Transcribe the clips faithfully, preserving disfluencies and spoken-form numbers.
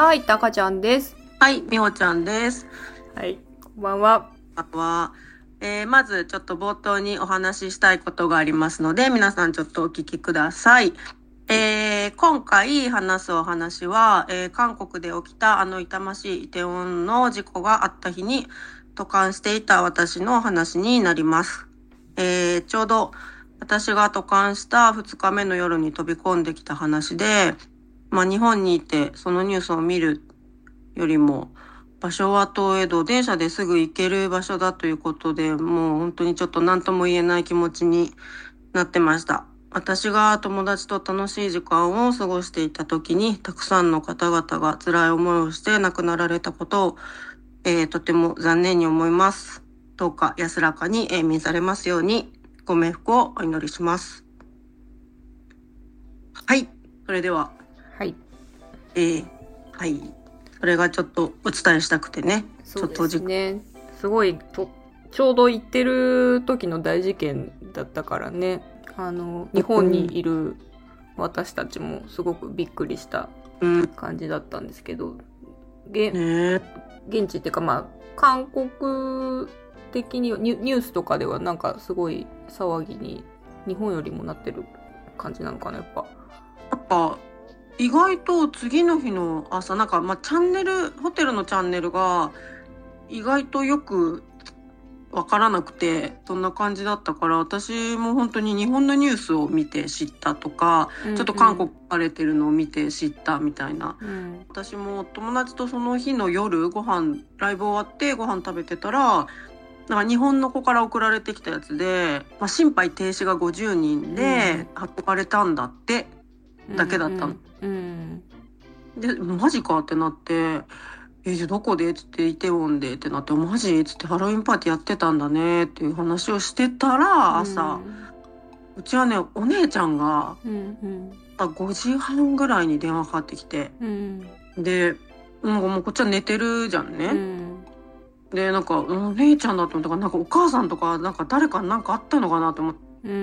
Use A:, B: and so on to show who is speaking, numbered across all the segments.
A: はい、たかちゃんです。
B: はい、みほちゃんです。
A: はい、こんばんは。
B: あとは、えーまずちょっと冒頭にお話ししたいことがありますので、皆さんちょっとお聞きください。えー今回話すお話は、えー韓国で起きたあの痛ましいイテウォンの事故があった日に渡韓していた私の話になります。えーちょうど私が渡韓したふつかめの夜に飛び込んできた話で、まあ日本にいてそのニュースを見るよりも、場所は東映道、電車ですぐ行ける場所だということで、もう本当にちょっと何とも言えない気持ちになってました。私が友達と楽しい時間を過ごしていた時に、たくさんの方々が辛い思いをして亡くなられたことを、えーとても残念に思います。どうか安らかに永眠されますように、ご冥福をお祈りします。はい。それでは、
A: はい。
B: えー、はい。それがちょっとお伝えしたくてね。
A: そうですね。すごいと、ちょうど行ってる時の大事件だったからね。あの、日本にいる私たちもすごくびっくりした感じだったんですけど、げ
B: ね、
A: 現地っていうかまあ、韓国的にニュニュースとかではなんかすごい騒ぎに日本よりもなってる感じなのかな、やっぱ。
B: やっぱ意外と次の日の朝なんか、まあ、チャンネルホテルのチャンネルが意外とよくわからなくてそんな感じだったから、私も本当に日本のニュースを見て知ったとか、うんうん、ちょっと韓国荒れてるのを見て知ったみたいな、うん、私も友達とその日の夜ご飯ライブ終わってご飯食べてたら、なんか日本の子から送られてきたやつで、まあ、心肺停止がごじゅうにんで運ばれたんだって、うん、だけだったの、うんうん、でマジかってなって、えじゃあどこでっつってイテウォンでってなって、マジっつってハロウィンパーティーやってたんだねっていう話をしてたら朝、うん、うちはねお姉ちゃんが、うんうん、ごじはんぐらいに電話かかってきて、うん、でもう、もうこっちは寝てるじゃんね、うん、でなんかお姉ちゃんだと思ったから、なんかお母さんとかなんか誰かなんかあったのかなと思って、うん、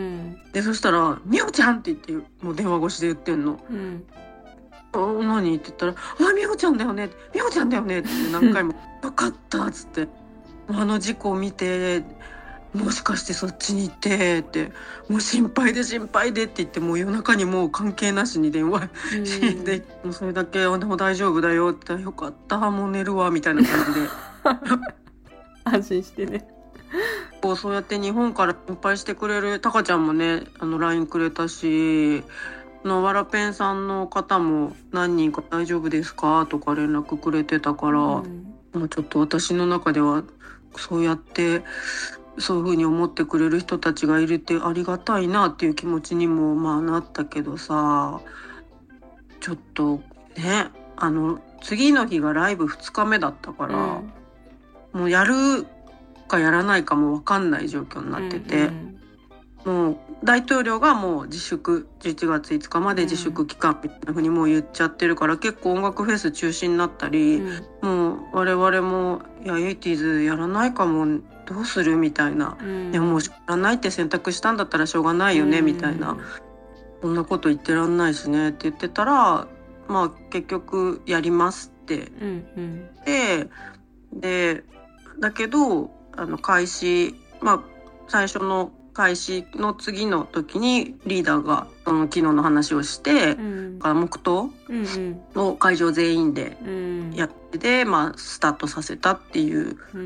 B: でそしたらみおちゃんって言ってもう電話越しで言ってんの、うん、何って言ったら、あ、みほちゃんだよね、みほちゃんだよねって何回もよかったっつって、あの事故を見てもしかしてそっちに行ってって、もう心配で心配でって言って、もう夜中にもう関係なしに電話してもうそれだけ、でも大丈夫だよって言ったら、よかったもう寝るわみたいな感じで
A: 安心してね。
B: こうそうやって日本から心配してくれるたかちゃんもね、あの ライン くれたし、のわらペンさんの方も何人か大丈夫ですかとか連絡くれてたから、うん、もうちょっと私の中ではそうやってそういう風に思ってくれる人たちがいるってありがたいなっていう気持ちにもまあなったけどさ、ちょっとね、あの次の日がライブふつかめだったから、うん、もうやるかやらないかも分かんない状況になってて、うんうん、もう大統領がもう自粛じゅういちがついつかまで自粛期間みたいな風にもう言っちゃってるから、結構音楽フェス中止になったり、うん、もう我々もいやエイティーズやらないかもどうするみたいな、うん、でももうやらないって選択したんだったらしょうがないよね、うん、みたいな、そんなこと言ってらんないしねって言ってたら、まあ結局やりますって、うんうん、ででだけどあの開始まあ最初の開始の次の時にリーダーがその昨日の話をして、うん、黙祷を会場全員でやってで、まあ、スタートさせたっていう、うん、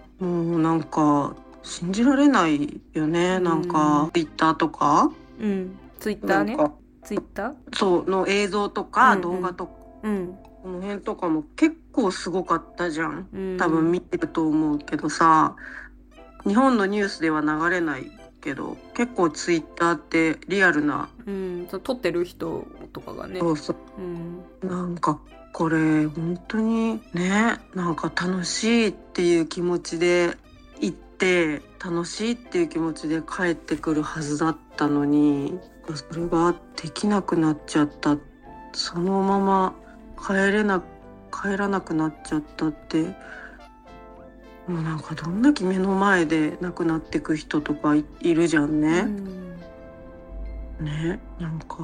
B: もうなんか信じられないよね、うん、なんかツイッターとか、
A: うん、ツイッターねツイッター
B: そうの映像とか動画とか、うんうん、この辺とかも結構すごかったじゃん、うん、多分見てると思うけどさ、日本のニュースでは流れないけど結構ツイッターってリアルな、
A: うん、撮ってる人とかがね、
B: そうそう、うん、なんかこれ本当にね、なんか楽しいっていう気持ちで行って楽しいっていう気持ちで帰ってくるはずだったのに、それができなくなっちゃった、そのまま帰れな帰らなくなっちゃったって、もうなんかどんだけ目の前で亡くなってく人とか い, いるじゃんね、うん、ね、なんか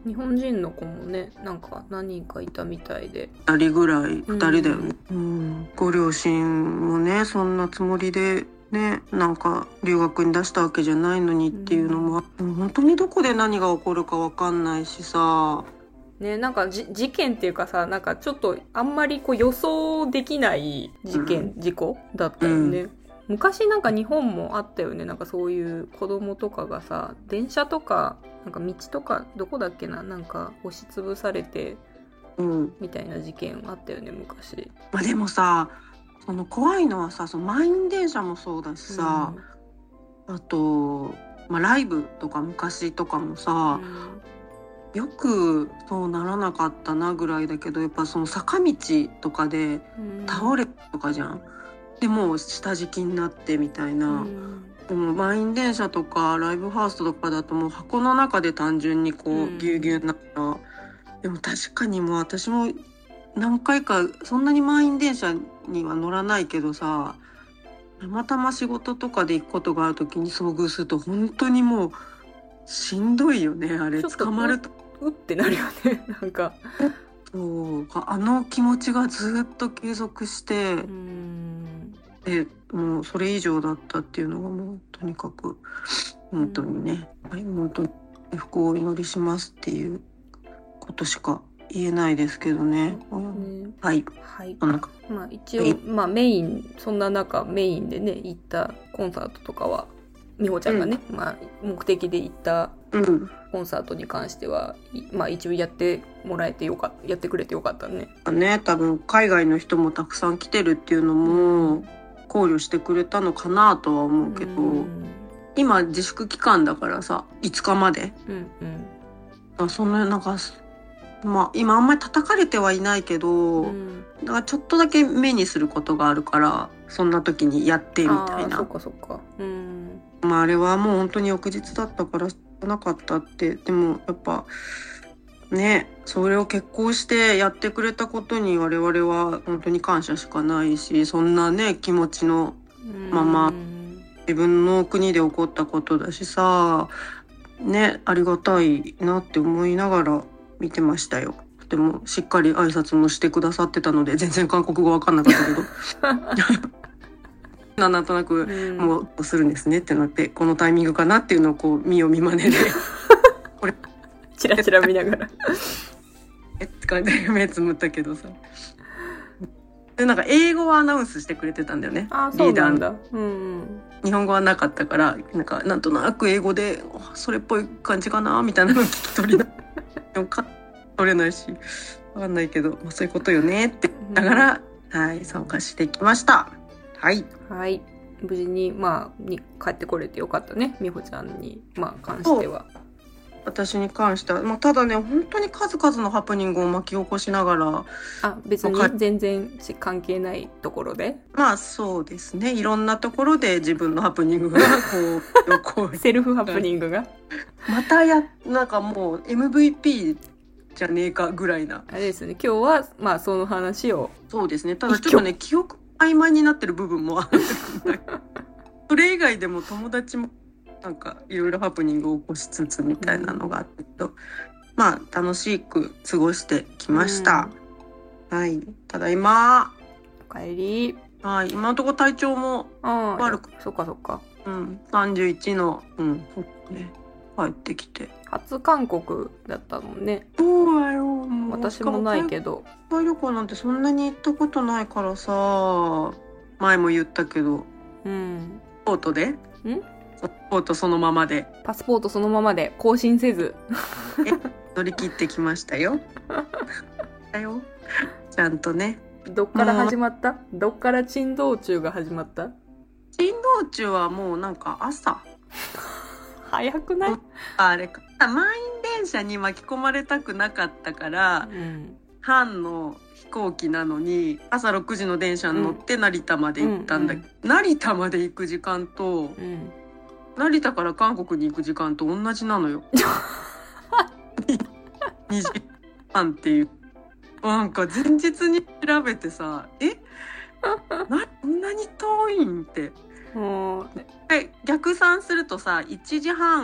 A: 日本人の子もねなんか何人かいたみたいで、
B: ふたりぐらいふたりだよね、うんうん、ご両親もねそんなつもりでねなんか留学に出したわけじゃないのにっていうのも、うん、本当にどこで何が起こるか分かんないしさ
A: ね、なんかじ事件っていうかさなんかちょっとあんまりこう予想できない事件、うん、事故だったよね、うん、昔なんか日本もあったよねなんかそういう子供とかがさ電車とかなんか道とかどこだっけななんか押しつぶされて、うん、みたいな事件あったよね昔。
B: まあ、でもさその怖いのはさその満員電車もそうだしさ、うん、あと、まあ、ライブとか昔とかもさ、うんよくそうならなかったなぐらいだけどやっぱその坂道とかで倒れるとかじゃん、うん、でもう下敷きになってみたいな、うん、でも満員電車とかライブハウスとかだともう箱の中で単純にこうぎゅうぎゅうになった、うん、でも確かにもう私も何回かそんなに満員電車には乗らないけどさたまたま仕事とかで行くことがある時に遭遇すると本当にもうしんどいよねあれ捕まると
A: うってなるよねなんか
B: そうあの気持ちがずっと継続してうんでもうそれ以上だったっていうのがもうとにかく本当にね、はい、本当に不幸をお祈りしますっていうことしか言えないですけどね、うん、ねはい、
A: はい、まあ一応、まあ、メインそんな中メインでね行ったコンサートとかは美穂ちゃんがね、うんまあ、目的で行ったコンサートに関しては、うんまあ、一応やってもらえてよかったやってくれてよかったね。
B: ね多分海外の人もたくさん来てるっていうのも考慮してくれたのかなとは思うけど、うん、今自粛期間だからさいつかまで、うんうん、そのなんかまあ今あんまり叩かれてはいないけど、うん、だからちょっとだけ目にすることがあるからそんな時にやってみたいな。
A: あそっかそっか、うん
B: まあ、あれはもう本当に翌日だったからなかったってでもやっぱねそれを決行してやってくれたことに我々は本当に感謝しかないしそんなね気持ちのまま自分の国で起こったことだしさねありがたいなって思いながら見てましたよ。でもしっかり挨拶もしてくださってたので全然韓国語わかんなかったけどなんとなくもうするんですねってなってこのタイミングかなっていうのをこう見よう見まねでこれ
A: チラチラ見ながら
B: えって感じで目つむったけどさでなんか英語はアナウンスしてくれてたんだよね。
A: あそうなんだ、うんうん、
B: 日本語はなかったからなんかなんとなく英語でそれっぽい感じかなみたいなの聞き取りなでもか取れないしわかんないけど、まあ、そういうことよねって言いながら、うん、はい参加してきました。はい、
A: はい、無事にまあに帰ってこれてよかったね美穂ちゃんにまあ関しては。
B: 私に関しては、まあ、ただね本当に数々のハプニングを巻き起こしながら
A: あ別に全然関係ないところで
B: まあそうですねいろんなところで自分のハプニングがこ
A: うセルフハプニングが
B: またやなんかもう エムブイピー じゃねえかぐらいな
A: あれですね今日はまあその話を
B: そうですねただちょっとね記憶曖昧になってる部分もあるそれ以外でも友達もなんかいろいろハプニングを起こしつつみたいなのがあったけど、うん、まあ楽しく過ごしてきました、うん、はいただいま
A: おかえり
B: はい今のところ体調も悪く
A: そっかそっか
B: うんさんじゅういちのうんね帰ってきて
A: 初韓国だったもんね。
B: そうだよもう
A: 私もないけど
B: 海外旅行なんてそんなに行ったことないからさ前も言ったけど、うん、ポートでんポートそのままで
A: パスポートそのままで更新せず
B: 乗り切ってきましたよだよちゃんとね。
A: どっから始まった？どっから珍道中が始まった？
B: 珍道中はもうなんか朝
A: 早くない？
B: あれか満員電車に巻き込まれたくなかったから、うん、半の飛行機なのに朝ろくじの電車に乗って成田まで行ったんだけど、うんうん、成田まで行く時間と、うん、成田から韓国に行く時間と同じなのよにじはんっていうなんか前日に調べてさえなこんなに遠いんってで逆算するとさいちじはん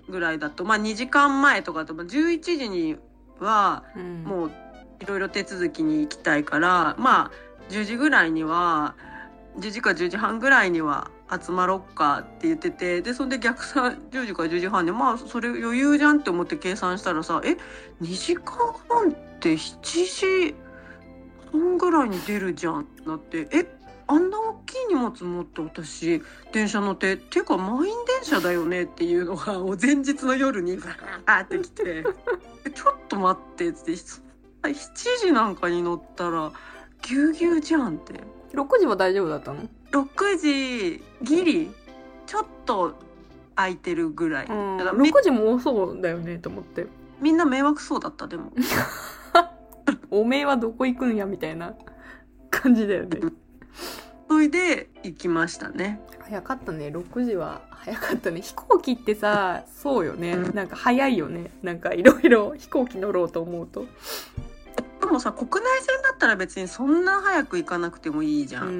B: ぐらいだと、まあにじかんまえとかだとじゅういちじにはもういろいろ手続きに行きたいから、まあじゅうじぐらいにはじゅうじかじゅうじはんぐらいには集まろっかって言ってて、でそんで逆算じゅうじからじゅうじはんで、まあそれ余裕じゃんって思って計算したらさ、えにじかんはんってしちじはんぐらいに出るじゃんってなって、えあんな大きい荷物持って私電車乗ってっていうか満員電車だよねっていうのがもう前日の夜にバーってきてちょっと待ってってしちじなんかに乗ったらぎゅうぎゅうじゃんって。
A: ろくじは大丈夫だったの？
B: ろくじギリちょっと空いてるぐらい、
A: うん、だからろくじも多そうだよねと思って。
B: みんな迷惑そうだった。でも
A: おめえはどこ行くんやみたいな感じだよね。
B: それで行きましたね。
A: 早かったね。ろくじは早かったね。飛行機ってさ、そうよね、なんか早いよね。なんかいろいろ飛行機乗ろうと思うと。
B: でもさ、国内線だったら別にそんな早く行かなくてもいいじゃん。
A: うん、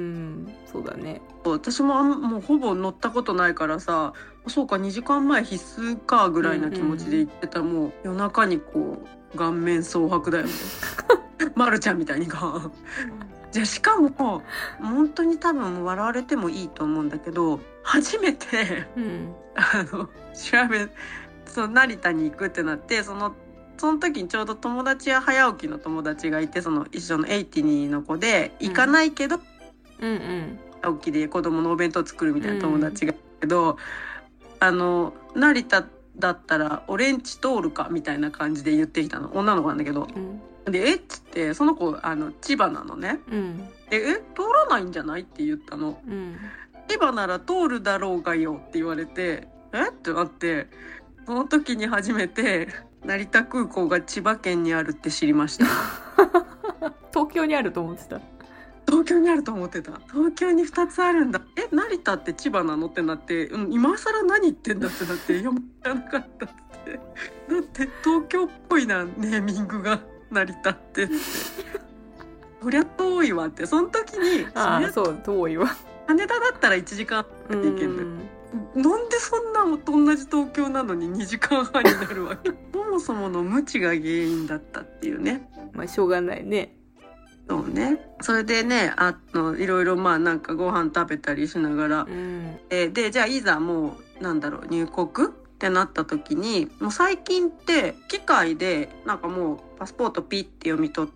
A: そうだね。
B: 私ももうほぼ乗ったことないからさ、そうかにじかんまえ必須かぐらいな気持ちで行ってたら、もう夜中にこう顔面蒼白だよねまるちゃんみたいにかじゃあしかも本当に多分笑われてもいいと思うんだけど、初めて、うん、あの調べその成田に行くってなって、そのその時にちょうど友達や早起きの友達がいて、その一緒のエイティニーの子で行かないけど、うんうんうん、早起きで子供のお弁当作るみたいな友達がいるけど、うん、あの成田だったら俺んち通るかみたいな感じで言ってきたの。女の子なんだけど、うん、でえっつってその子あの千葉なのね、うん、でえ通らないんじゃないって言ったの、うん、千葉なら通るだろうがよって言われて、えってなって、その時に初めて成田空港が千葉県にあるって知りました
A: 東京にあると思ってた。
B: 東京にあると思ってた。東京にふたつあるんだ。え成田って千葉なのってなって、うん、今更何言ってんだってなって、いや知らなかったってだって東京っぽいなネーミングが成田ってってそりゃ遠いわって。その時に
A: ああそう遠いわ。
B: 羽田だったらいちじかんで行けるんだよ。なんでそんなのと同じ東京なのににじかんはんになるわけそもそもの無知が原因だったっていうね。
A: まあしょうがないね。
B: そうね。それでね、あのいろいろまあなんかご飯食べたりしながら、うん、えー、でじゃあいざもうなんだろう入国ってなった時に、もう最近って機械でなんかもうパスポートピッて読み取って、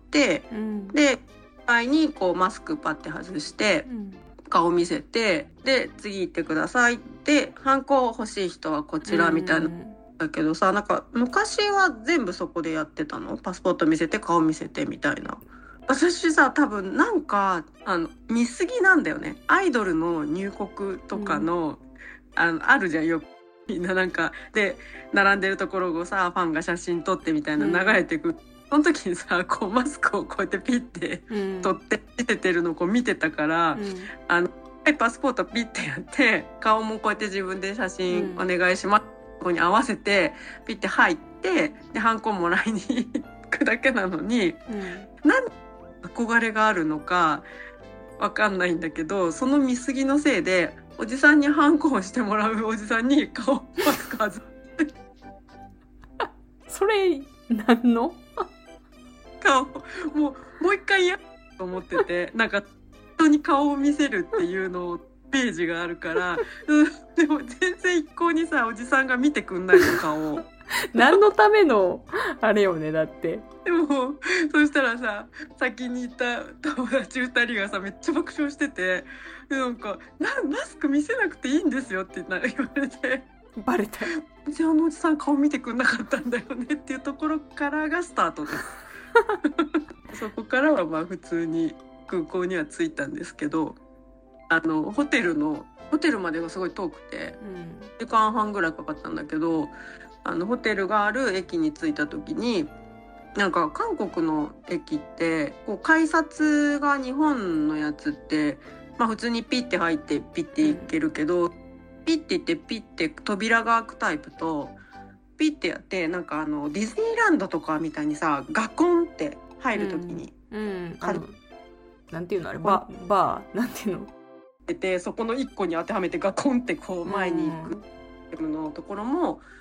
B: うん、で機械にこうマスクパッて外して、うん、顔見せて、で次行ってくださいってハンコ欲しい人はこちらみたいな、うん、だけどさ、なんか昔は全部そこでやってたの。パスポート見せて顔見せてみたいな。私さ多分なんかあの見過ぎなんだよね。アイドルの入国とかの、うん、あのあるじゃんよくみんななんかで並んでるところをさファンが写真撮ってみたいな流れてく、うん、その時にさこうマスクをこうやってピッて撮って見せてるのをこう見てたから、うん、あのパスポートピッてやって顔もこうやって自分で写真お願いします、うん、ここに合わせてピッて入ってでハンコもらいに行くだけなのに、うん、なん憧れがあるのかわかんないんだけど、その見過ぎのせいでおじさんにハンコをしてもらうおじさんに顔マスク外して
A: それ何の
B: 顔もうもう一回やと思っててなんか人に顔を見せるっていうのをページがあるから、うん、でも全然一向にさおじさんが見てくんないの顔を
A: 何のためのあれよね。だって
B: でもそしたらさ先にいた友達ふたりがさめっちゃ爆笑してて、なんかなマスク見せなくていいんですよって言われて
A: バレた。
B: うちあのおじさん顔見てくんなかったんだよねっていうところからがスタートですそこからはまあ普通に空港には着いたんですけど、あのホテルのホテルまでがすごい遠くて、うん、いちじかんはんぐらいかかったんだけど、あのホテルがある駅に着いた時になんか韓国の駅ってこう改札が日本のやつって、まあ、普通にピッて入ってピッて行けるけど、うん、ピッて行ってピッて扉が開くタイプとピッてやってなんかあのディズニーランドとかみたいにさガコンって入る時に、うんうん、
A: あのなんていうのあれバーバーなんていうの
B: でそこのいっこに当てはめてガコンってこう前に行くのところも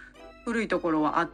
B: 古いところはあって、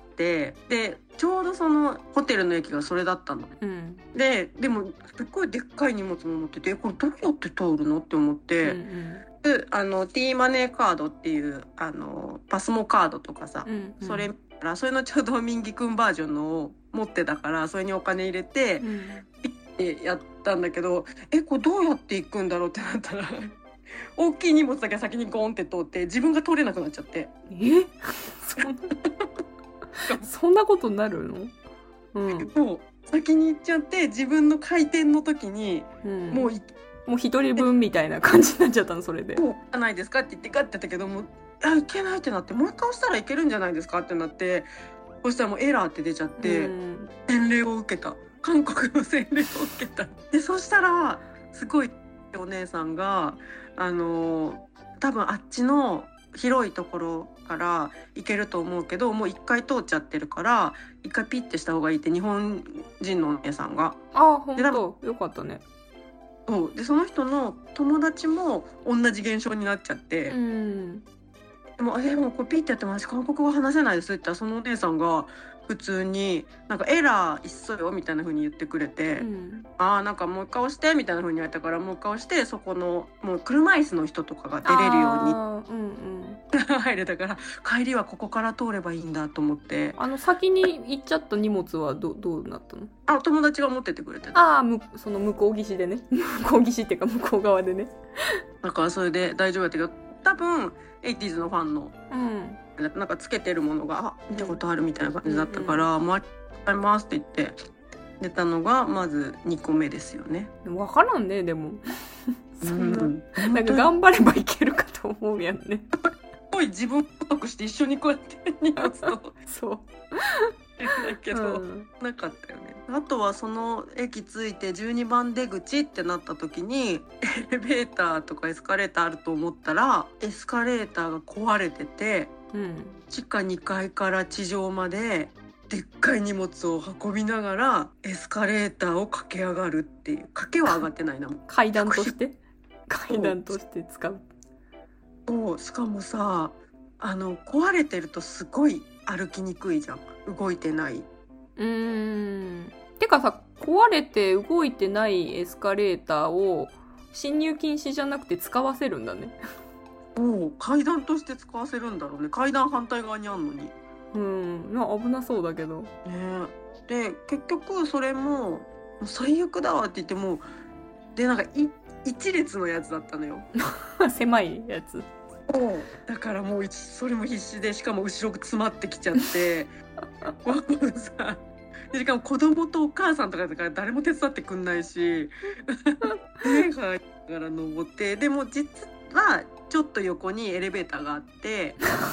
B: でちょうどそのホテルの駅がそれだったの、
A: うん、
B: ででもすっごいでっかい荷物も持ってて、これどうやって通るのって思って、
A: うんうん、
B: であの T マネーカードっていうあのパスモカードとかさ、
A: うんうん、
B: それそれのちょうどミンギ君バージョンのを持ってたから、それにお金入れて、
A: うん、
B: ピッてやったんだけど、えこれどうやって行くんだろうってなったら大きい荷物だけ先にゴンって通って自分が通れなくなっちゃって。
A: えそんなそんなことになるの？うん、
B: もう先に行っちゃって、自分の回転の時に、
A: うん、
B: もう
A: もう一人分みたいな感じになっちゃったの、それで。
B: もうじゃないですかって言ってガッてやったけども、あいけないってなって、もう一回押したらいけるんじゃないですかってなって、そしたらもうエラーって出ちゃって、うん、洗礼を受けた。韓国の洗礼を受けた。でそしたらすごいお姉さんがあの多分あっちの広いところから行けると思うけど、もう一回通っちゃってるから一回ピッてした方がいいって、日本人のお姉さんが。
A: ああ、ほんとよかったね。
B: そうでその人の友達も同じ現象になっちゃって、
A: うん、
B: でもえもうこれピッてやっても私韓国語話せないですって言ったら、そのお姉さんが普通になんかエラーいっそよみたいな風に言ってくれて、うん、ああなんかもう一回押してみたいな風に言われたから、もう一回押して、そこのもう車椅子の人とかが出れるように、うんうん、入れたから、帰りはここから通ればいいんだと思って。あ
A: の先に行っちゃった荷物は ど, どうなったの？
B: あ友達が持っててくれてた。
A: ああその向こう岸でね向こう岸っていうか向こう側でね
B: だからそれで大丈夫だったけど、多分エイティーズのファンの、うん、なんかつけてるものが見たことあるみたいな感じだったから、うんうん、もうありがとうございますって言って出たのがまずにこめですよね。
A: 分からんねでもそんな、うん、なんか頑張ればいけるかと思うやんね
B: すごい自分を得して一緒にこうやって荷物を
A: そう
B: だけど、うん、なかったよね。あとはその駅着いてじゅうにばん出口ってなった時にエレベーターとかエスカレーターあると思ったら、エスカレーターが壊れてて、うん、地下にかいから地上まででっかい荷物を運びながらエスカレーターを駆け上がるっていう。駆けは上がってないな、
A: 階段として階段として使う。
B: そうしかもさ、あの壊れてるとすごい歩きにくいじゃん、動いてない。
A: うーんてかさ、壊れて動いてないエスカレーターを進入禁止じゃなくて使わせるんだね
B: おう階段として使わせるんだろうね。階段反対側にあんのに。
A: うんな危なそうだけど、ね、
B: で結局それも最悪だわって言ってもでなんかい一列のやつだったのよ
A: 狭いやつ。
B: だからもうそれも必死で、しかも後ろ詰まってきちゃってもうさでしかも子供とお母さんとかだから誰も手伝ってくんないし手がから登って、でも実はちょっと横にエレベーターがあって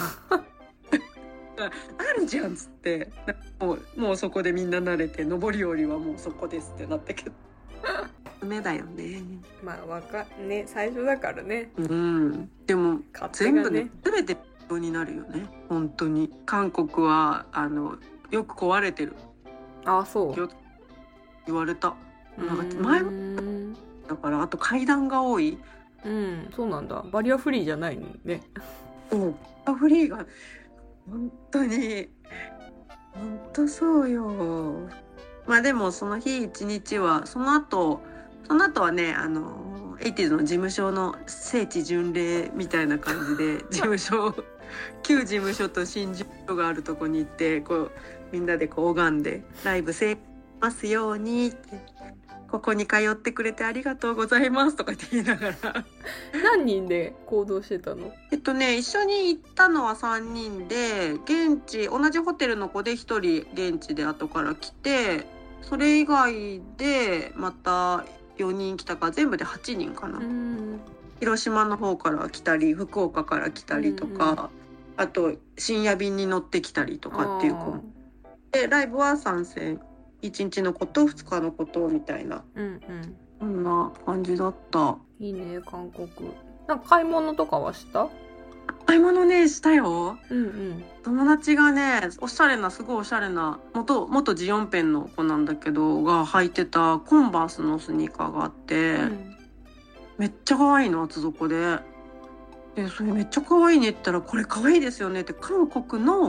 B: あるじゃんっつって、もう、もうそこでみんな慣れて、上り下りはもうそこですってなったけど夢だよね。
A: まあわかね最初だからね。
B: うんでも、ね、全部ね全て必要になるよね本当に。韓国はあのよく壊れてる。
A: ああそう
B: 言われた。なんか前もだから、あと階段が多い。
A: うんそうなんだ。バリアフリーじゃないのね。
B: うんバリアフリーが本当に本当そうよ。まあでもその日一日はその後その後はねあのエイティーズの事務所の聖地巡礼みたいな感じで事務所旧事務所と新事務所があるとこに行って、こうみんなでこう拝んでライブ成功しますようにって、ここに通ってくれてありがとうございますとかって言いながら
A: 何人で行動してたの？
B: えっとね一緒に行ったのはさんにんで、現地同じホテルの子でひとり現地で後から来て、それ以外でまたよにん来たから全部ではちにんかな。うん広島の方から来たり福岡から来たりとか、うんうん、あと深夜便に乗ってきたりとかっていう子で、ライブは参戦いちにちのことふつかのことみたいな、うんうん、そんな感じだった。
A: いいね韓国。なんか買い物とかはした？
B: 買い物ねしたよ、
A: うんうん、
B: 友達がねおしゃれなすごいおしゃれな元元ジオンペンの子なんだけどが履いてたコンバースのスニーカーがあって、うん、めっちゃ可愛いの厚底で、でそれめっちゃ可愛いねって言ったらこれ可愛いですよねって韓国の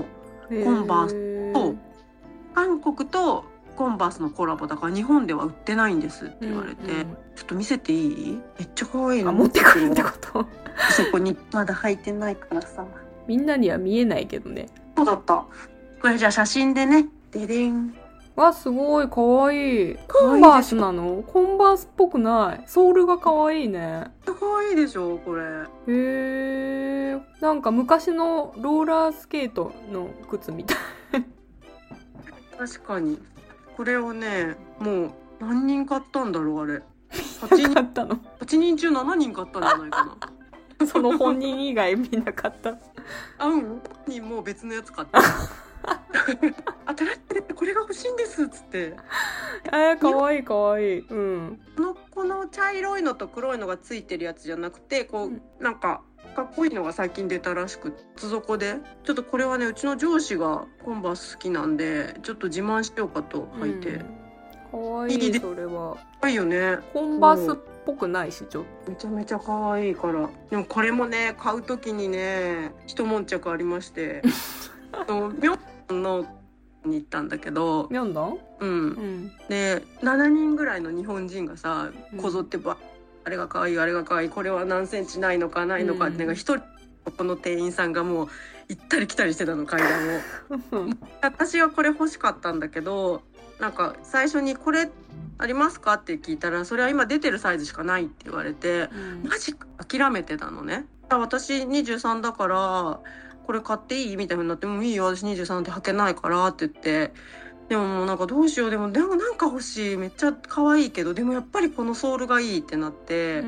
B: コンバースと韓国とコンバースのコラボだから日本では売ってないんですって言われて、うんうん、ちょっと見せていい？めっちゃ可愛いの。
A: あ、持ってくるってこと？
B: そこにまだ履いてないからさ。
A: みんなには見えないけどね。
B: そうだった。これじゃあ写真でね。ででん。
A: わ、すごい可愛い。コンバースなの？コンバースっぽくない。ソールが可愛いね。
B: 可愛いでしょこれ。
A: へー。なんか昔のローラースケートの靴みたい。
B: 確かに。これをね、もう何人買ったんだろうあれ。
A: はちにん買ったの。
B: はちにん中しちにん買ったんじゃないか
A: な。その本人以外みんな買った。
B: あ、うん。本人もう別のやつ買った。あ、たらってこれが欲しいんですっつって。
A: えー、かわいいかわいい。うん。
B: このこの茶色いのと黒いのがついてるやつじゃなくて、こう、うん、なんかかっこいいのが最近出たらしく、厚底でちょっとこれはね、うちの上司がコンバース好きなんでちょっと自慢しようかと履いて、うん、
A: かわいい。それは
B: かわいいよね。
A: コンバースっぽくないし、ちょっと
B: めちゃめちゃかわいいから。でもこれもね、買う時にね一悶着ありましてミョンのに行ったんだけど、
A: ミョンドン、
B: うん、うん、でしちにんぐらいの日本人がさこぞってば、うん、あれが可愛いあれが可愛い、これは何センチないのかないのかって一人この店員さんがもう行ったり来たりしてたの、階段を私はこれ欲しかったんだけど、なんか最初にこれありますかって聞いたら、それは今出てるサイズしかないって言われて、うん、マジか諦めてたのね。私にじゅうさんだからこれ買っていいみたいになって、もういいよ私にじゅうさんって履けないからって言って、でももうなんかどうしよう、でもでもなんか欲しい、めっちゃ可愛いけどでもやっぱりこのソールがいいってなって、うん、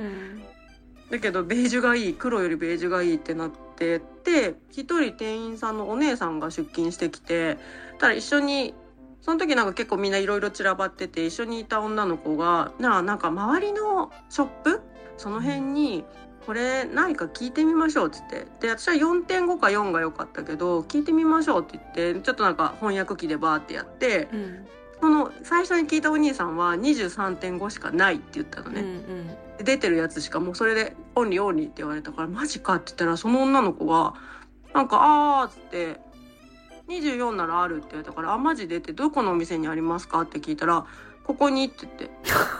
B: だけどベージュがいい、黒よりベージュがいいってなってって、一人店員さんのお姉さんが出勤してきて、ただ一緒にその時なんか結構みんないろいろ散らばってて、一緒にいた女の子がななんか周りのショップその辺にこれ何か聞いてみましょうっつって、で私は よんてんご かよんが良かったけど聞いてみましょうって言って、ちょっとなんか翻訳機でバーってやって、うん、その最初に聞いたお兄さんは にじゅうさんてんご しかないって言ったのね、うんうん、出てるやつしかもうそれでオンリーオンリーって言われたから、マジかって言ったら、その女の子がなんかあーっつってにじゅうよんならあるって言われたから、あマジでってどこのお店にありますかって聞いたら、ここにって言って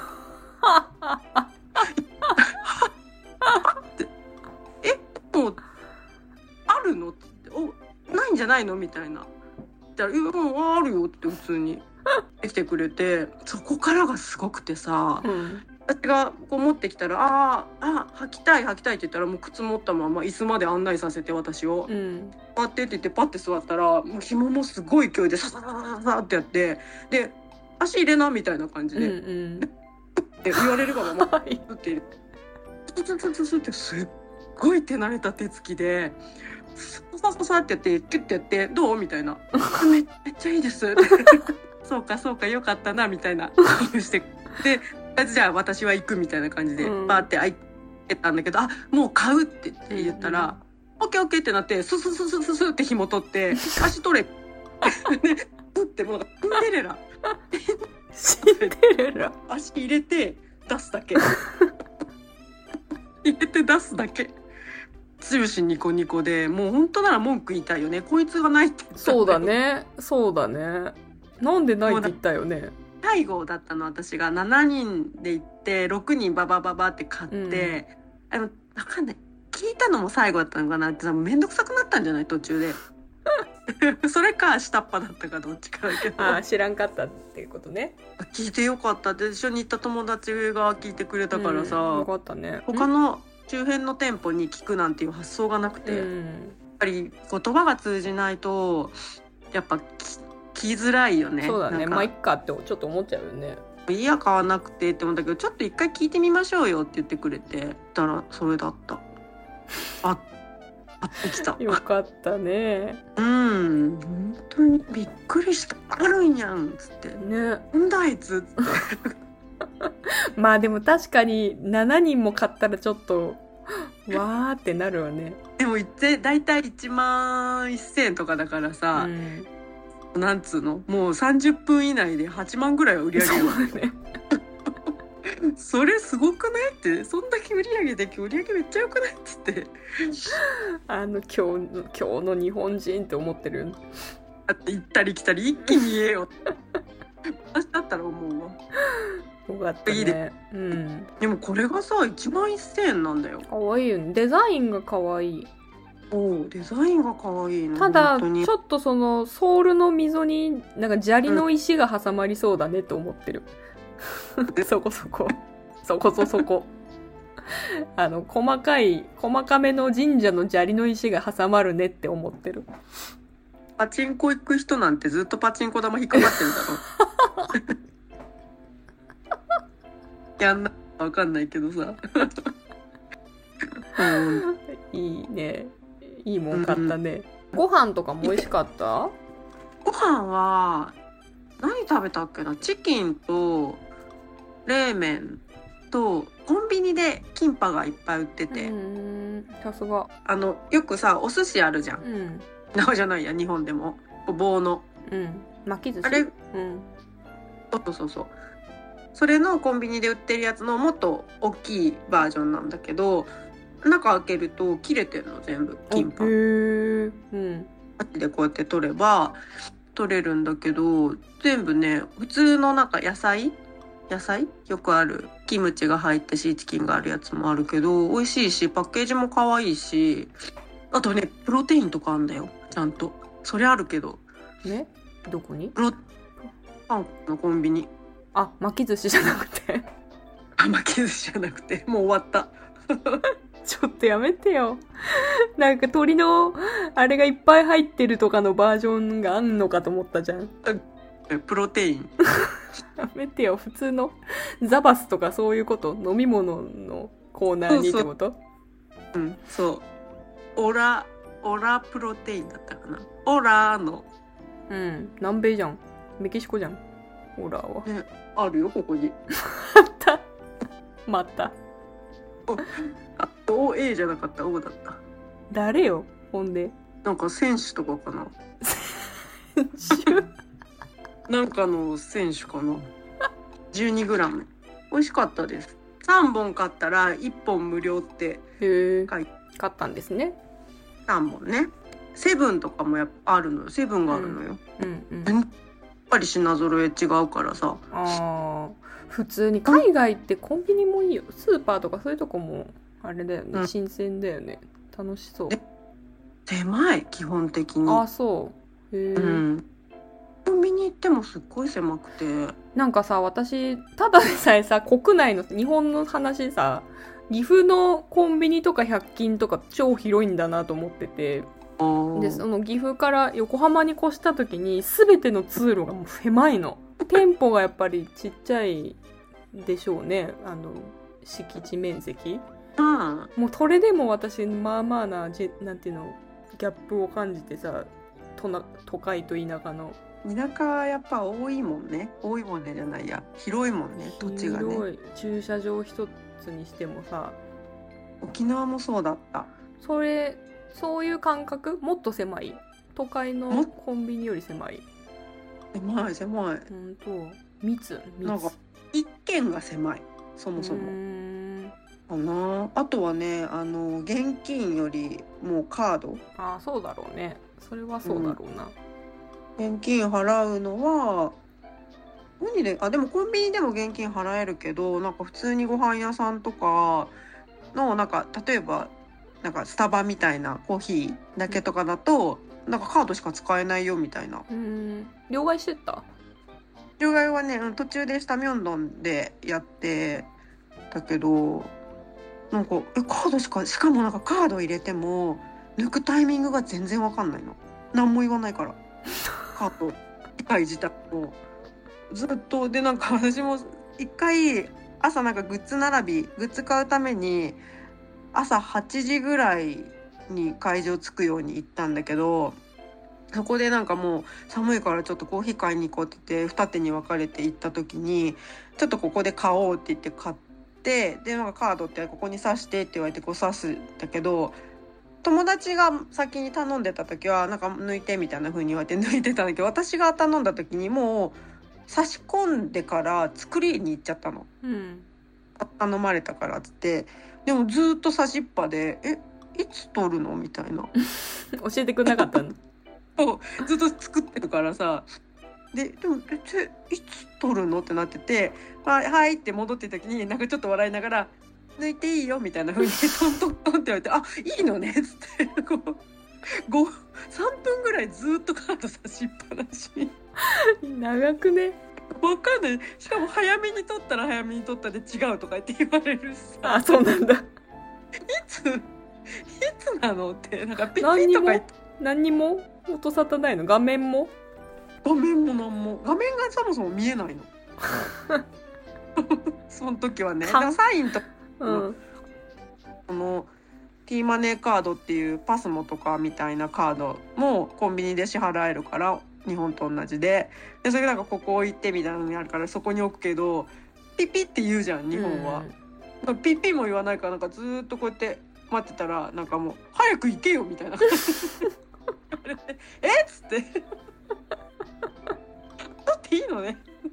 B: えもうあるのって言って、おないんじゃないのみたいな言ったら、いやもうあるよって普通に来てくれて、そこからがすごくてさ、うん、私がこう持ってきたら、ああ履きたい履きたいって言ったら、もう靴持ったまま椅子まで案内させて、私を、うん、パッてって言ってパッて座ったら、もう紐もすごい勢いでサササササってやって、で足入れなみたいな感じで、うんうん、って言われるがままって入れてツツツツツってすっごい手慣れた手つきでササササってやってキュッてやって、どうみたいなめ, めっちゃいいですそうかそうかよかったなみたいなしてで、じゃあ私は行くみたいな感じでバーって開いてたんだけど、うん、あもう買うって言ったら、うん、オッケーオッケーってなって、ススススススって紐取って足取れでプってもうシンデレラ
A: シンデレラ
B: 足入れて出すだけ入れて出すだけ。剛ニコニコで、もう本当なら文句言いたいよね、こいつがないって言った。
A: そうだねそうだね、なんでないって言ったよね。
B: 最後だったの、私がしちにんで行ってろくにんババババって買って、うん、あの分かんない、聞いたのも最後だったのかなって、めんどくさくなったんじゃない途中でそれか下っ端だったかどっちかだけど、
A: あ知らんかったっていうことね。
B: 聞いてよかったって、一緒に行った友達が聞いてくれたからさ、うん、
A: よかったね。
B: 他の周辺の店舗に聞くなんていう発想がなくて、うん、やっぱり言葉が通じないとやっぱ聞きづらいよね。
A: そうだね、まあいっかってちょっと思っちゃうよね。
B: いや買わなくてって思ったけど、ちょっと一回聞いてみましょうよって言ってくれてたらそれだったああってきた
A: よかったね。
B: うん本当にびっくりした、あるんやんっつってね、なんだあいつっつって
A: まあでも確かにしちにんも買ったらちょっとわーってなるわね。
B: でもだいたいいちまんせんえんとかだからさ、うん、なんつうの、もうさんじゅっぷん以内ではちまんぐらいは売り上げるわねそれすごくないって、そんだけ売り上げで今日売り上げめっちゃ良くないっつって
A: あの今日の今日の日本人って思ってる
B: あって行ったり来たり一気に言えよ私だったら思うわ。
A: よかったね。
B: いいで、
A: うん、
B: でもこれがさいちまんせんえんなんだよ。
A: かわいいよね。デザインがかわいい。
B: おデザインがかわいいの。
A: ただ
B: 本当に
A: ちょっとそのソールの溝になんか砂利の石が挟まりそうだねと思ってる、うん、そこそこそこそそこあの細かい細かめの神社の砂利の石が挟まるねって思ってる。
B: パチンコ行く人なんてずっとパチンコ玉引っかかってるだろやんなわかんないけどさ、うん、
A: いいね、いいもん買ったね、うん、ご飯とかも美味しかった？
B: ご飯は何食べたっけな。チキンと冷麺とコンビニでキンパがいっぱい売ってて、
A: うん、さすが。
B: あのよくさお寿司あるじゃん、うん、なおじゃないや日本でも棒の、
A: うん、巻き寿司、
B: あれ、
A: うん、
B: そうそうそう、それのコンビニで売ってるやつのもっと大きいバージョンなんだけど、中開けると切れてるの全部キンパ。へ
A: ー、うん。
B: あっちでこうやって取れば取れるんだけど、全部ね普通のなんか野菜野菜よくあるキムチが入ってシーチキンがあるやつもあるけど美味しいし、パッケージも可愛いし、あとねプロテインとかあんだよちゃんと。それあるけど
A: ね、どこに？
B: プロパンのコンビニ。
A: あ、巻き寿司じゃなくて
B: あ、巻き寿司じゃなくてもう終わった
A: ちょっとやめてよなんか鶏のあれがいっぱい入ってるとかのバージョンがあんのかと思ったじゃん。
B: プロテイン
A: やめてよ。普通のザバスとかそういうこと？飲み物のコーナーにってこと？
B: そうそう、うん、そうオラオラプロテインだったかな。オラの、
A: うん、南米じゃん、メキシコじゃんオラは、
B: ね、あるよここに
A: またまた
B: あ、オーエー じゃなかった、O だった。
A: 誰よほんで。
B: なんか選手とかかな
A: 選手
B: なんかの選手かなじゅうにグラム 美味しかったです。さんぼん買ったらいっぽん無料って書いて
A: 買ったんですね。
B: さんぼんね。セブンとかもやっぱあるのよ。セブンがあるのよ、
A: うんうんうん、
B: やっぱり品揃え違うからさ。
A: あ、普通に海外ってコンビニもいいよ。スーパーとかそういうとこもあれだよね、うん、新鮮だよね。楽しそう。
B: 狭い基本的に。
A: あ、そうへえ、うん、
B: コンビニ行ってもすっごい狭くて、
A: なんかさ、私ただでさえさ国内の日本の話さ、岐阜のコンビニとかひゃく均とか超広いんだなと思ってて、でその岐阜から横浜に越した時に全ての通路がもう狭いの。店舗がやっぱりちっちゃいでしょうね、あの敷地面積、うん、もうそれでも私まあまあなジェなんていうのギャップを感じてさ、都な都会と田舎の。
B: 田舎はやっぱ多いもんね。多いもんねじゃないや、広いもんね、土地がね。
A: 広い。駐車場一つにしてもさ。
B: 沖縄もそうだった。そ
A: れそういう感覚？もっと狭い？都会のコンビニより狭い？
B: 狭い狭い。
A: ほんと密密。
B: なんか一軒が狭い、そもそも。うーんかな。あとはね、あの現金よりもうカード。
A: ああ、そうだろうね。それはそうだろうな。
B: うん、現金払うのは何で、あ、でもコンビニでも現金払えるけど、なんか普通にご飯屋さんとかのなんか例えばなんかスタバみたいなコーヒーだけとかだと、うん、なんかカードしか使えないよみたいな。
A: うん、両替してた？
B: 両替はね、途中でしたミョンドンでやってたけど、なんかえカードしか、しかもなんかカード入れても抜くタイミングが全然わかんないの。何も言わないからカード機械自体もずっとで、なんか私も一回朝なんかグッズ並びグッズ買うために朝はちじぐらいに会場着くように行ったんだけど、そこでなんかもう寒いからちょっとコーヒー買いに行こうって言って二手に分かれて行った時に、ちょっとここで買おうって言って買って、でなんかカードってここに刺してって言われてこう刺すんだけど、友達が先に頼んでた時はなんか抜いてみたいな風に言われて抜いてたんだけど、私が頼んだ時にもう差し込んでから作りに行っちゃったの、うん、頼まれたからっつって。でもずっと差しっぱで、えいつ取るのみたいな
A: 教えてくれなかったの
B: をずっと作ってるからさ、ででもえついつ撮るのってなってて、はいはいって戻ってた時になんかちょっと笑いながら抜いていいよみたいな風にトントントンって言われて、あいいのねっつってこうごさんぷんぐらいずっとカード差しっぱなし。
A: 長くね。
B: わかんない。しかも早めに撮ったら早めに撮ったで違うとか言って言われるしさ。
A: あ、そうなんだ。い
B: ついつなのってなんかピッピとか言って。
A: 何にも音沙汰ないの？画面も？
B: 画面もなんも画面がそもそも見えないの。その時はね。だからサインと、うん、この T マネーカードっていうパスモとかみたいなカードもコンビニで支払えるから日本と同じで、でそれなんかここ置いてみたいなのにあるからそこに置くけどピッピって言うじゃん日本は、うん、ピッピも言わないからなんかずっとこうやって待ってたらなんかもう早く行けよみたいなえっつって取っていいのね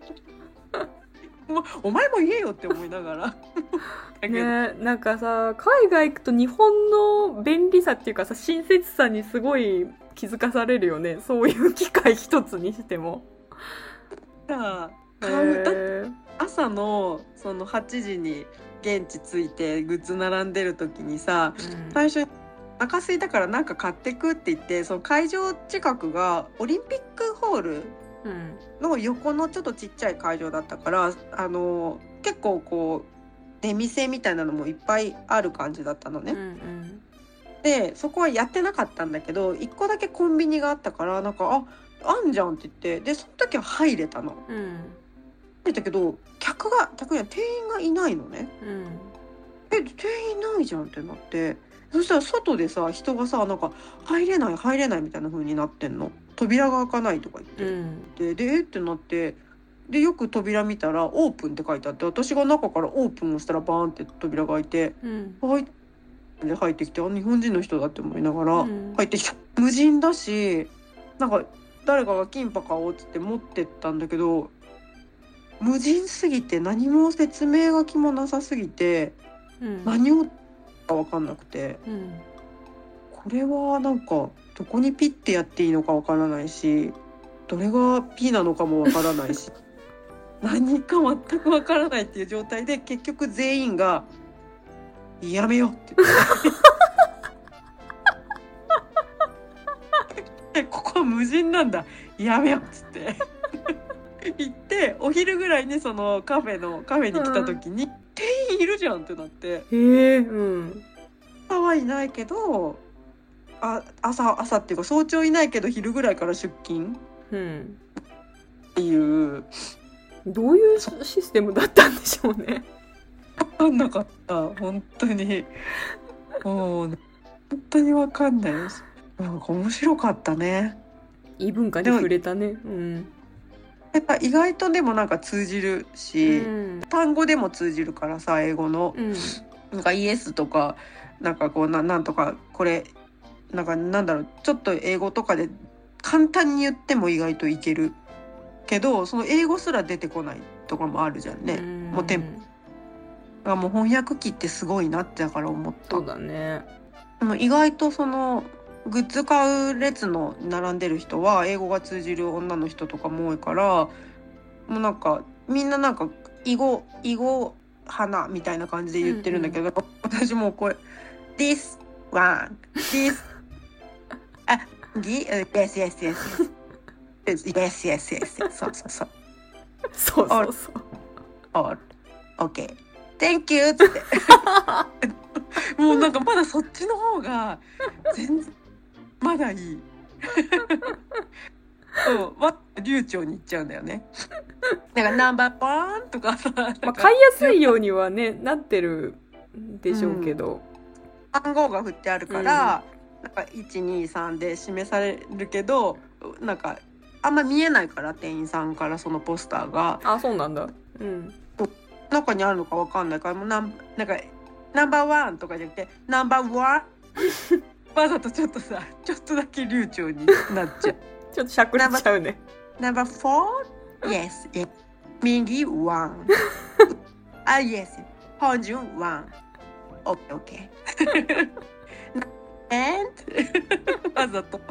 B: お前も言えよって思いながら
A: ね、なんかさ海外行くと日本の便利さっていうかさ親切さにすごい気づかされるよね。そういう機会一つにしても
B: さ買う、だって朝のそのはちじに現地着いてグッズ並んでる時にさ、うん、最初にお腹空いたからなんか買ってくって言ってその会場近くがオリンピックホールの横のちょっとちっちゃい会場だったからあの結構こう出店みたいなのもいっぱいある感じだったのね、うんうん、でそこはやってなかったんだけどいっこだけコンビニがあったからなんかああんじゃんって言ってでその時は入れたの、うん、入れたけど客が客には店員がいないのね、うん、え店員いないじゃんってなってそしたら外でさ人がさなんか入れない入れないみたいな風になってんの扉が開かないとか言って、うん、ででえってなってでよく扉見たらオープンって書いてあって私が中からオープンをしたらバーンって扉が開いて、うん、入って入ってきてあ日本人の人だって思いながら入ってきた、うん、無人だしなんか誰かがキンパ買おうっつって持ってったんだけど無人すぎて何も説明書きもなさすぎて、うん、何をか分かんなくて、うん、これはなんかどこにピッてやっていいのか分からないしどれがピなのかも分からないし何か全く分からないっていう状態で結局全員がやめようって言ってここは無人なんだやめようっつって行ってお昼ぐらいにそのカフェのカフェに来た時に、うん、店員いるじゃんってなってへえ、うん、朝はいないけどあ 朝, 朝っていうか早朝いないけど昼ぐらいから出勤、うん、っていう
A: どういうシステムだったんでしょうね。
B: 分かんなかった本当にもう本当に分かんないです。なんか面白かったね。
A: 異文化に触れたね。うん。
B: やっぱ意外とでもなんか通じるし、うん、単語でも通じるからさ英語の、うん、なんかイエスとかなんかこう な, なんとかこれなんかなんだろうちょっと英語とかで簡単に言っても意外といけるけどその英語すら出てこないとかもあるじゃんね。うんもうテンポもう翻訳機ってすごいなってだから思った。
A: そうだね。
B: でも意外とそのグッズ買う列の並んでる人は英語が通じる女の人とかも多いからもうなんかみんななんか囲碁囲碁花みたいな感じで言ってるんだけど、うんうん、私もうこれ This one This あ Yes yes yes yes yes yes yes そうそうそう
A: そうそうそう
B: Or OK Thank you っつってもうなんかまだそっちの方が全然まだいいそうわ流暢にいっちゃうんだよね。だからナンバーワンとかさ、ま
A: あ、買いやすいようにはねなってるでしょうけど、
B: うん、番号が振ってあるから、うん、なんかいちにさんで示されるけどなんかあんま見えないから店員さんからそのポスターが
A: あそうなんだ、うん、
B: 中にあるのか分かんないからもうなんなんかナンバーワンとかじゃなくてナンバーワンわざとちょっとさちょっとだけ流暢になっちゃう
A: ちょっとしゃくれちゃうね。
B: ナンバーフォー Yes yes 右ワンあ Yes 本順ワン OK OK And わざと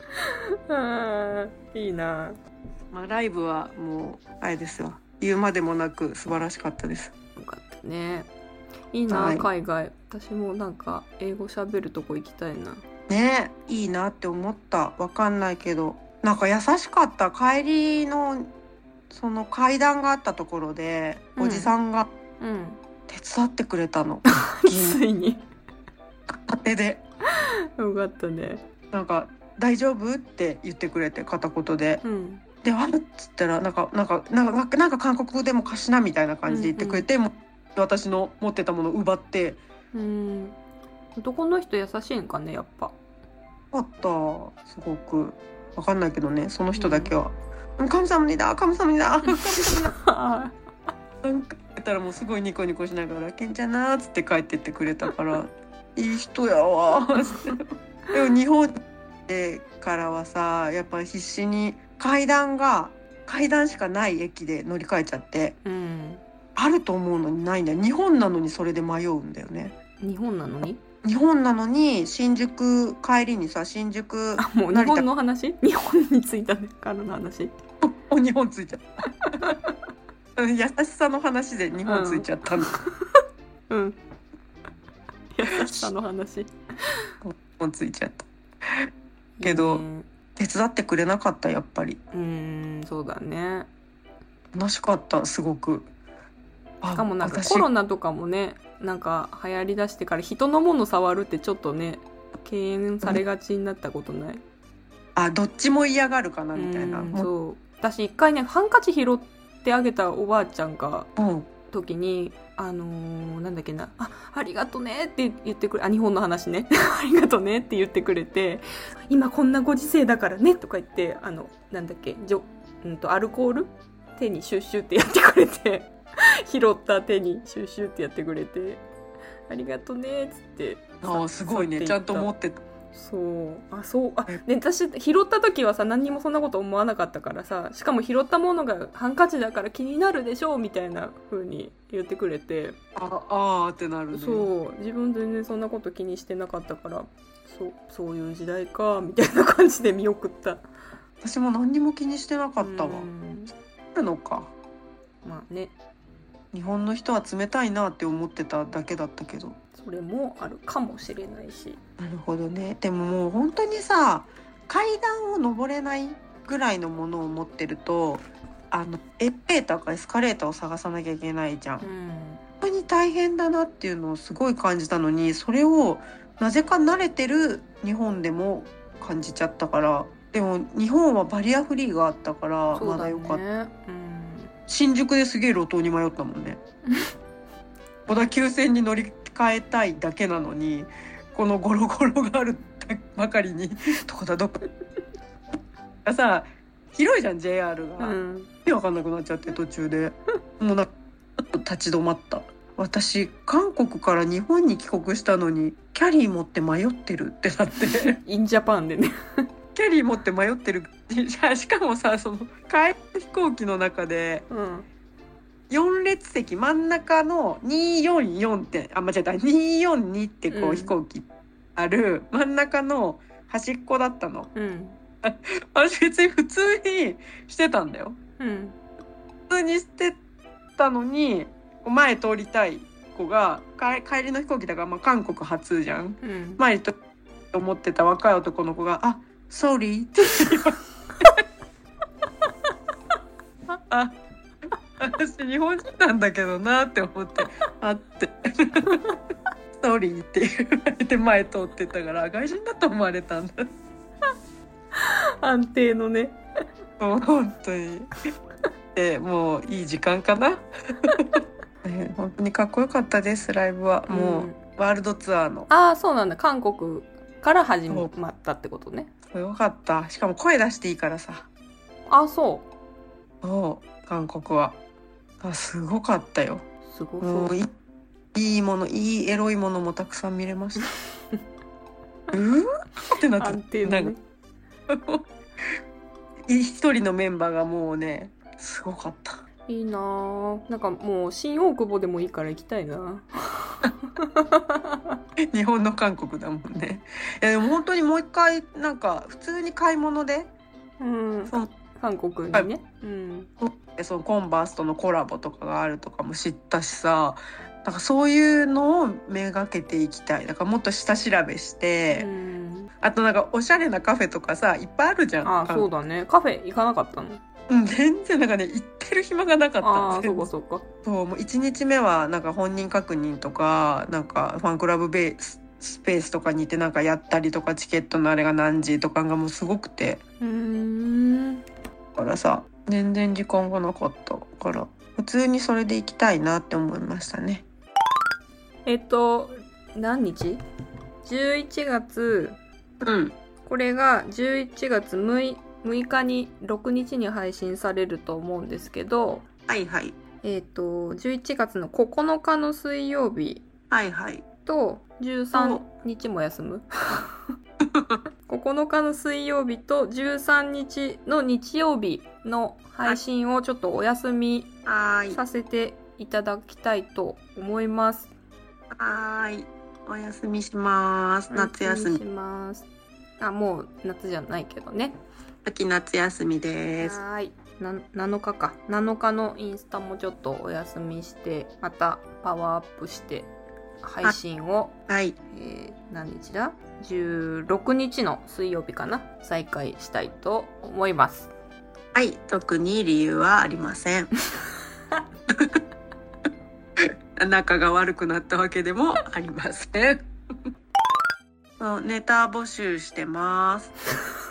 A: あーいいな。
B: まあ、ライブはもうあれですわ、言うまでもなく素晴らしかったです。
A: よかったね。いいな、
B: はい
A: 海外。私もなんか英語喋るとこ行きたいな。
B: ね、いいなって思った。わかんないけどなんか優しかった。帰りのその階段があったところで、
A: うん
B: おじさんが
A: うん
B: 手伝ってくれたの
A: ついに
B: 片手で
A: よかったね。
B: なんか大丈夫って言ってくれて、片言で。
A: うん
B: で、あっつったらなんかなんかなんかなんか韓国語でも貸しなみたいな感じで言ってくれて、もう私の持ってたものを奪って。
A: うん男の人優しいんかね、やっぱ。
B: よかったすごく。わかんないけどね、その人だけは「カムサムニだカムサムニだカムサムニだ」なんか言ったらもうすごいニコニコしながら「ケンちゃんな」っつって帰ってってくれたからいい人やわでも日本でからはさ、やっぱ必死に階段が階段しかない駅で乗り換えちゃって、
A: うん
B: あると思うのにないんだよ。日本なのにそれで迷うんだよね。
A: 日本なのに
B: 日本なのに新宿帰りにさ、新宿
A: あ、もう日本の話、日本に着いたからの話。
B: お日本着いちゃった優しさの話で日本着いちゃったんだ、
A: うん、うん、優しさの話。
B: 日本着いちゃったけど、ね、手伝ってくれなかった。やっぱり
A: うーん、そうだね。
B: 楽しかったすごく。
A: しかもなんかコロナとかもね、なんか流行りだしてから人のもの触るってちょっとね敬遠されがちになったことない？
B: あ、どっちも嫌がるかなみたいな。
A: そう、私一回ねハンカチ拾ってあげたおばあちゃんが、うん、時にあのー、なんだっけなあありがとねって言ってくれ、あ日本の話ねありがとねって言ってくれて、今こんなご時世だからねとか言って、あのなんだっけじょ、うんとアルコール手にシュッシュってやってくれて拾った手にシュッシュってやってくれて、ありがとねっつって。
B: あすごいね、ちゃんと持ってた。
A: そうあそうあ、ね、私拾った時はさ何にもそんなこと思わなかったからさ、しかも拾ったものがハンカチだから気になるでしょみたいな風に言ってくれて、
B: ああーってなるね。
A: そう自分全然そんなこと気にしてなかったから、そうそういう時代かみたいな感じで見送った。
B: 私も何にも気にしてなかったわ。あるのか。
A: まあね、
B: 日本の人は冷たいなって思ってただけだったけど、
A: それもあるかもしれないし。
B: なるほどね。でももう本当にさ、階段を登れないぐらいのものを持ってると、あのエレベーターかエスカレーターを探さなきゃいけないじゃん、うん、本当に大変だなっていうのをすごい感じたのに、それをなぜか慣れてる日本でも感じちゃったから。でも日本はバリアフリーがあったからまだよかった、ね、うん、新宿ですげえ路頭に迷ったもんね小田急線に乗り換えたいだけなのに、このゴロゴロがあるばかりにどこだどこださ、広いじゃん ジェイアール が、うん、意味わかんなくなっちゃって途中でもうなんかちょっと立ち止まった。私韓国から日本に帰国したのにキャリー持って迷ってるってなって
A: インジャパンでね
B: キャリー持って迷ってるしかもさ、その帰り飛行機の中で、うん、よん列席真ん中のにひゃくよんじゅうよんってあ間違えたにひゃくよんじゅうにってこう、うん、飛行機ある真ん中の端っこだったの、うん、私別に普通にしてたんだよ、うん、普通にしてたのに前通りたい子が帰りの飛行機だから、まあ、韓国初じゃん、うん、前にと思ってた若い男の子があSorry って言われてあ、私日本人なんだけどなって思ってあってSorry って言われて前通ってたから外人だと思われたんだ
A: 安定のね
B: もう本当にでもういい時間かなね、本当にかっこよかったですライブは、うん、もうワールドツアーの。
A: ああそうなんだ、韓国から始まったってことね。
B: よかった。しかも声出していいからさ。
A: あ、そう。
B: そう韓国はあすごかったよ。
A: すごそう。
B: いいいものいいエロいものもたくさん見れましたうーってなって
A: 安定のね
B: 一人のメンバーがもうねすごかった。
A: いいな、なんかもう新大久保でもいいから行きたいな
B: 日本の韓国だもんね。いやでも本当にもう一回なんか普通に買い物で、
A: うん、
B: その
A: 韓国にね、うん、
B: そのコンバースとのコラボとかがあるとかも知ったしさ、なんかそういうのをめがけていきたい。だからもっと下調べして、
A: うん、
B: あとなんかおしゃれなカフェとかさいっぱいあるじゃん。
A: あ、そうだね。カフェ行かなかったの？
B: うん、全然なんかね行ってる暇がなかった。
A: ああ、そうかそうか。
B: そう、もういちにちめはなんか本人確認とかなんかファンクラブベーススペースとかに行ってなんかやったりとか、チケットのあれが何時とかがもうすごくて、
A: うーん、
B: だからさ全然時間がなかったから普通にそれで行きたいなって思いましたね。
A: えっと何日？じゅういちがつ、
B: うん、
A: これがじゅういちがつむいかにろくにちに配信されると思うんですけど、
B: はいはい、
A: えっとじゅういちがつのここのかの水曜日
B: はいはい
A: とじゅうさんにちも休むここのかの水曜日とじゅうさんにちの日曜日の配信をちょっとお休み
B: はーい
A: させていただきたいと思います。
B: はーい、お休みします。夏休み
A: お休みします。あ、もう夏じゃないけどね。
B: 秋夏休みです。
A: はーい。ななのかかなのかのインスタもちょっとお休みして、またパワーアップして配信を、
B: はい、
A: えー、何日だじゅうろくにちの水曜日かな、再開したいと思います。
B: はい、特に理由はありません。仲が悪くなったわけでもありません。ネタ募集してます。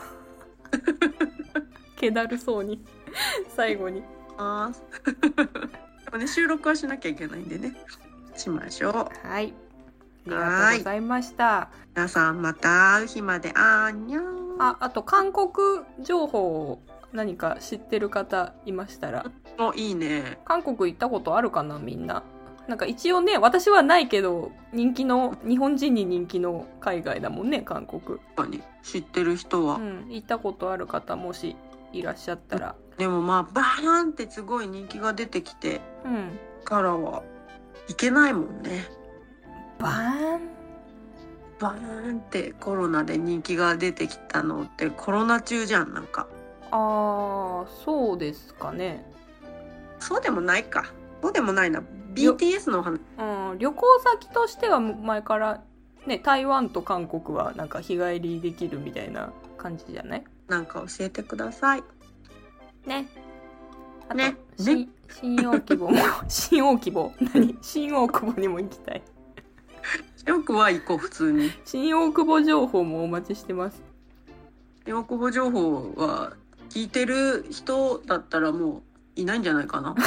A: 気だるそうに最後に
B: ます。でもね、収録はしなきゃいけないんでね、しましょう。
A: はい、ありがとうございました。
B: 皆さんまた会う日まで、あーにゃー。
A: あ、あと韓国情報を何か知ってる方いましたら。
B: お、いいね。
A: 韓国行ったことあるかな、みんな。なんか一応ね、私はないけど人気の、日本人に人気の海外だもんね、韓国。
B: 知ってる人は、
A: うん、行ったことある方もしいらっしゃったら。
B: でもまあバーンってすごい人気が出てきて、
A: うん、
B: からは行けないもんね。
A: バーン
B: バーンってコロナで人気が出てきたのってコロナ中じゃん、なんか。
A: あー、そうですかね。
B: そうでもないか。そうでもないな。ビーティーエス の話。
A: うん、旅行先としては前からね、台湾と韓国はなんか日帰りできるみたいな感じじゃない？
B: なんか教えてください。
A: ね。あと、
B: ね。
A: ね。新大久保も、新大久保何新大久保にも行きたい。
B: よくは行こう、普通に。
A: 新大久保情報もお待ちしてます。
B: 新大久保情報は聞いてる人だったらもういないんじゃないかな。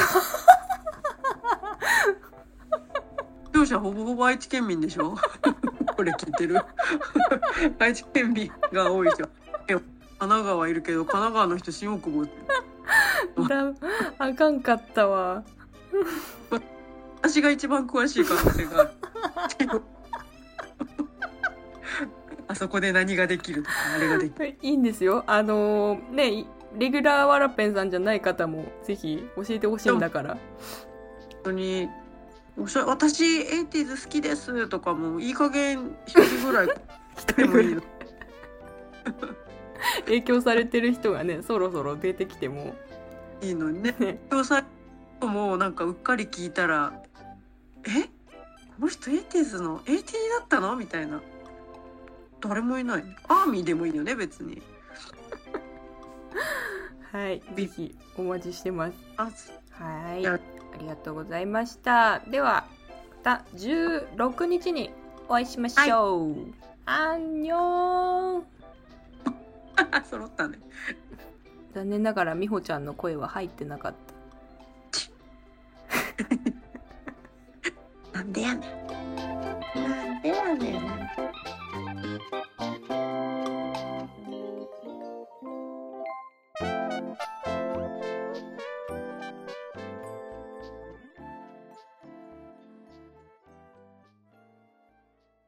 B: 視聴者ほぼほぼ愛知県民でしょ。これ聞いてる愛知県民が多いじゃん。神奈川いるけど神奈川の人新大久保って
A: だあかんかったわ。
B: 私が一番詳しい可能性がある。あそこで何ができるとかあれができる。
A: いいんですよ。あのー、ね、レギュラーワラペンさんじゃない方もぜひ教えてほしいんだから。
B: 本当に私エイティーズ好きですとかもいい加減一人ぐらいでもいいの。
A: 影響されてる人がね、そろそろ出てきても
B: いいのにね。影響されるもなんかうっかり聞いたら、え、この人エイティーズの エーティー だったのみたいな。誰もいない。アーミーでもいいよね、別に。
A: はい、ぜひお待ちしてます。
B: あ、
A: はい、ありがとうございました。ではまたじゅうろくにちにお会いしましょう。はい、アンニョン。
B: 揃ったね。
A: 残念ながら美穂ちゃんの声は入ってなかった。
B: なんでやねん。なんでやねん。